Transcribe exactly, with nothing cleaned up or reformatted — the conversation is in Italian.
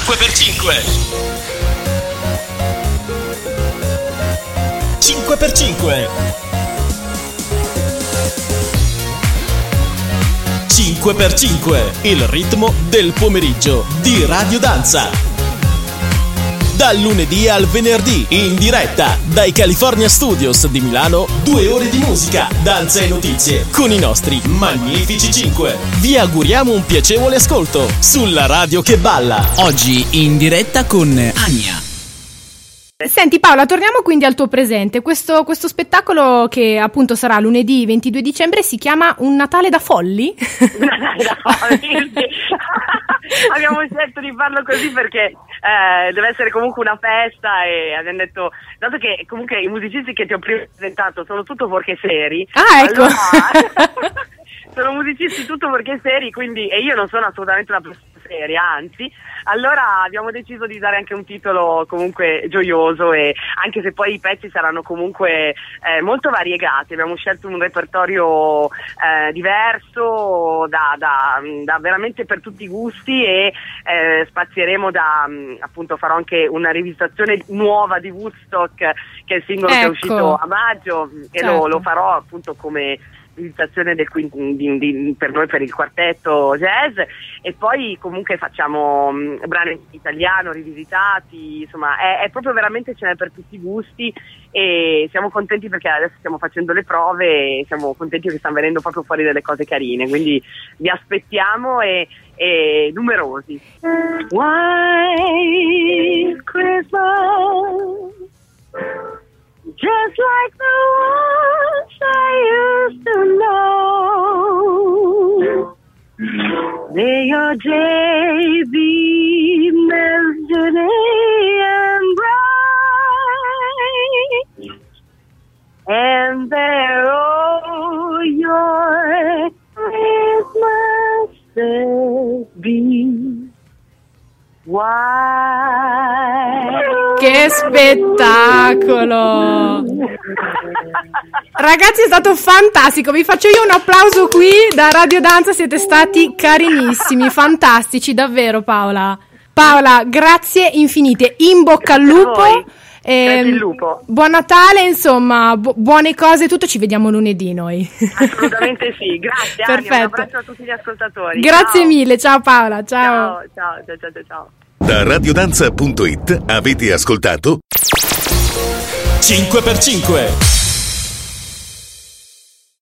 cinque per cinque. cinque per cinque. cinque per cinque, il ritmo del pomeriggio di Radio Danza. Dal lunedì al venerdì, in diretta dai California Studios di Milano, due ore di musica, danza e notizie con i nostri magnifici cinque. Vi auguriamo un piacevole ascolto sulla radio che balla. Oggi in diretta con Ania. Senti Paola, torniamo quindi al tuo presente. Questo, questo spettacolo che appunto sarà lunedì ventidue dicembre si chiama Un Natale da folli? Un Natale da folli, sì. Abbiamo scelto di farlo così perché eh, deve essere comunque una festa e abbiamo detto, dato che comunque i musicisti che ti ho prima presentato sono tutto fuorché seri. Ah, ecco. Allora, sono musicisti tutto perché seri, quindi, e io non sono assolutamente una persona seria, anzi, allora abbiamo deciso di dare anche un titolo comunque gioioso, e anche se poi i pezzi saranno comunque eh, molto variegati. Abbiamo scelto un repertorio eh, diverso da, da, da veramente per tutti i gusti, e eh, spazieremo da, appunto farò anche una rivisitazione nuova di Woodstock, che è il singolo ecco. che è uscito a maggio, e certo. lo, lo farò appunto come rivisitazione del quin- di, di, per noi, per il quartetto jazz, e poi comunque facciamo um, brani in italiano rivisitati, insomma è, è proprio veramente, ce n'è per tutti i gusti, e siamo contenti perché adesso stiamo facendo le prove e siamo contenti che stanno venendo proprio fuori delle cose carine, quindi vi aspettiamo e, e numerosi. White Christmas, just like the ones I used to know. May your day be melody and bright, and there all your Christmases be white. Che spettacolo! Ragazzi, è stato fantastico, vi faccio io un applauso qui da Radio Danza, siete stati carinissimi, fantastici, davvero Paola. Paola, grazie infinite, in bocca al lupo, eh, il lupo. Buon Natale, insomma, bu- buone cose, tutto, ci vediamo lunedì noi. Assolutamente sì, grazie Ania, Perfetto. un abbraccio a tutti gli ascoltatori. Grazie ciao. mille, ciao Paola, ciao. Ciao, ciao, ciao, ciao, ciao. Da radiodanza punto it avete ascoltato cinque per cinque.